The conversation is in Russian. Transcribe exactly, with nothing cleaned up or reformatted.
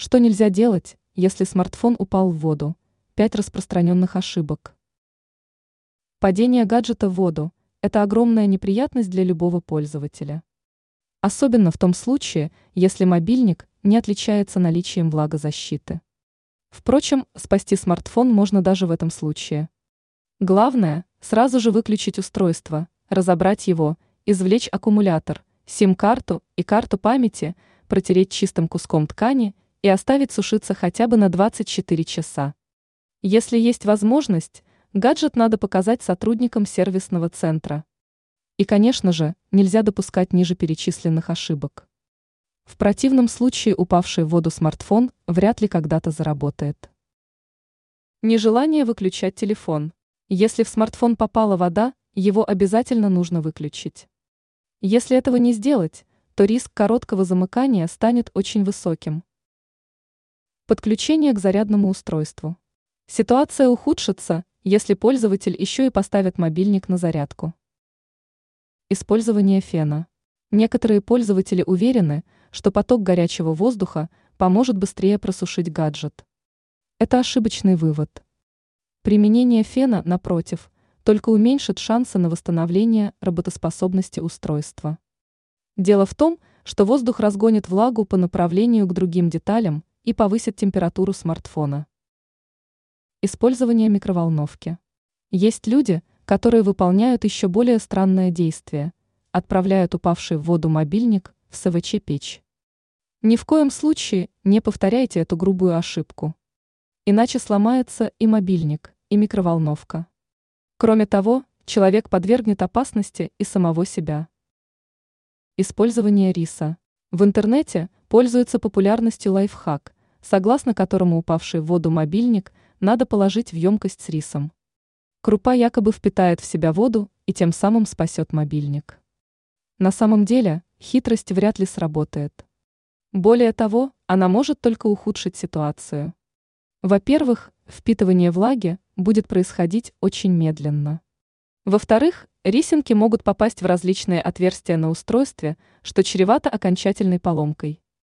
Что нельзя делать, если смартфон упал в воду? Пять распространенных ошибок. Падение гаджета в воду– это огромная неприятность для любого пользователя. Особенно в том случае, если мобильник не отличается наличием влагозащиты. Впрочем, спасти смартфон можно даже в этом случае. Главное – сразу же выключить устройство, разобрать его, извлечь аккумулятор, сим-карту и карту памяти, протереть чистым куском ткани и оставить сушиться хотя бы на двадцать четыре часа. Если есть возможность, гаджет надо показать сотрудникам сервисного центра. И, конечно же, нельзя допускать ниже перечисленных ошибок. В противном случае упавший в воду смартфон вряд ли когда-то заработает. Нежелание выключать телефон. Если в смартфон попала вода, его обязательно нужно выключить. Если этого не сделать, то риск короткого замыкания станет очень высоким. Подключение к зарядному устройству. Ситуация ухудшится, если пользователь еще и поставит мобильник на зарядку. Использование фена. Некоторые пользователи уверены, что поток горячего воздуха поможет быстрее просушить гаджет. Это ошибочный вывод. Применение фена, напротив, только уменьшит шансы на восстановление работоспособности устройства. Дело в том, что воздух разгонит влагу по направлению к другим деталям и повысит температуру смартфона. Использование микроволновки. Есть люди, которые выполняют еще более странное действие – отправляют упавший в воду мобильник в СВЧ-печь. Ни в коем случае не повторяйте эту грубую ошибку. Иначе сломается и мобильник, и микроволновка. Кроме того, человек подвергнет опасности и самого себя. Использование риса. В интернете пользуется популярностью лайфхак, согласно которому упавший в воду мобильник надо положить в емкость с рисом. Крупа якобы впитает в себя воду и тем самым спасет мобильник. На самом деле, хитрость вряд ли сработает. Более того, она может только ухудшить ситуацию. Во-первых, впитывание влаги будет происходить очень медленно. Во-вторых, рисинки могут попасть в различные отверстия на устройстве, что чревато окончательной поломкой.